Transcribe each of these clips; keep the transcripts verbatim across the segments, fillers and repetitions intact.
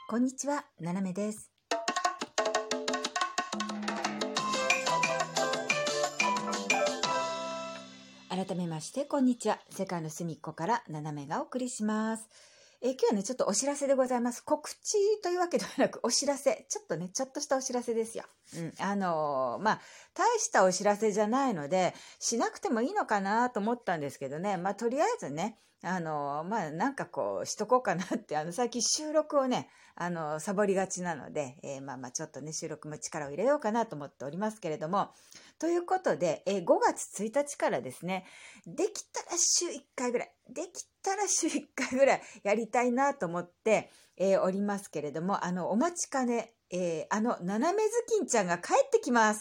こんにちは、ななめです。改めまして、こんにちは。世界の隅っこからななめがお送りします。えー今日はね、ちょっとお知らせでございます。告知というわけではなく、お知らせ。ちょっとね、ちょっとしたお知らせですよ。うん。あのーまあ、大したお知らせじゃないので、しなくてもいいのかなと思ったんですけどね。まあ、とりあえずね、あのーまあ、なんかこう、しとこうかなって、あの、最近収録をね、あの、サボりがちなので、えーまあまあ、ちょっとね、収録も力を入れようかなと思っておりますけれども、ということで、えーごがつついたちからですね、できたら週いっかいぐらい、できたら週いっかいぐらいやりたいなと思って、えーおりますけれども、あの、お待ちかね、えーあの、ななめずきんちゃんが帰ってきます。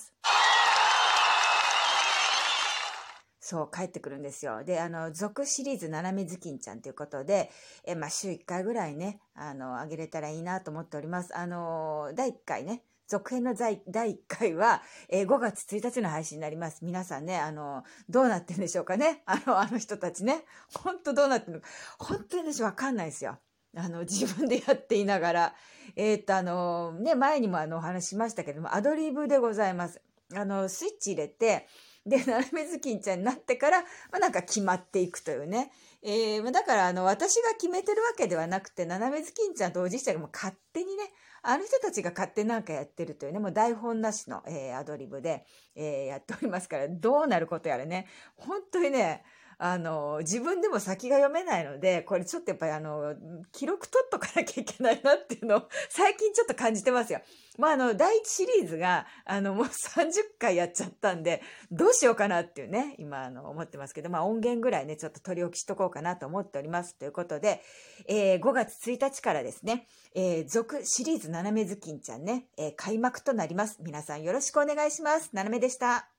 そう、帰ってくるんですよ。で、あの、続シリーズななめずきんちゃんということで、えーまあ、週いっかいぐらいね、あの、あげれたらいいなと思っております。あの、だいいっかいね、続編のだいいっかいは、えーごがつついたちの配信になります。皆さんね、あの、どうなってるんでしょうかね。あの、あの人たちね。本当どうなってるのか。本当に私わかんないですよ。あの、自分でやっていながら。えっと、あの、ね、前にもあの、お話ししましたけども、アドリブでございます。あの、スイッチ入れて、で、ななめずきんちゃんになってから、まあ、なんか決まっていくというね。えー、まあだから、あの、私が決めてるわけではなくて、ななめずきんちゃんとおじいちゃんがもう勝手にね、あの人たちが勝手になんかやってるというね、もう台本なしの、えーアドリブで、えーやっておりますから、どうなることやらね、本当にね、あの、自分でも先が読めないので、これちょっとやっぱりあの、記録取っとかなきゃいけないなっていうのを最近ちょっと感じてますよ。まああの、だいいちシリーズが、あの、もうさんじゅっかいやっちゃったんで、どうしようかなっていうね、今あの、思ってますけど、まあ音源ぐらいね、ちょっと取り置きしとこうかなと思っております。ということで、えーごがつついたちからですね、えー続シリーズななめずきんちゃんね、えー開幕となります。皆さんよろしくお願いします。ななめでした。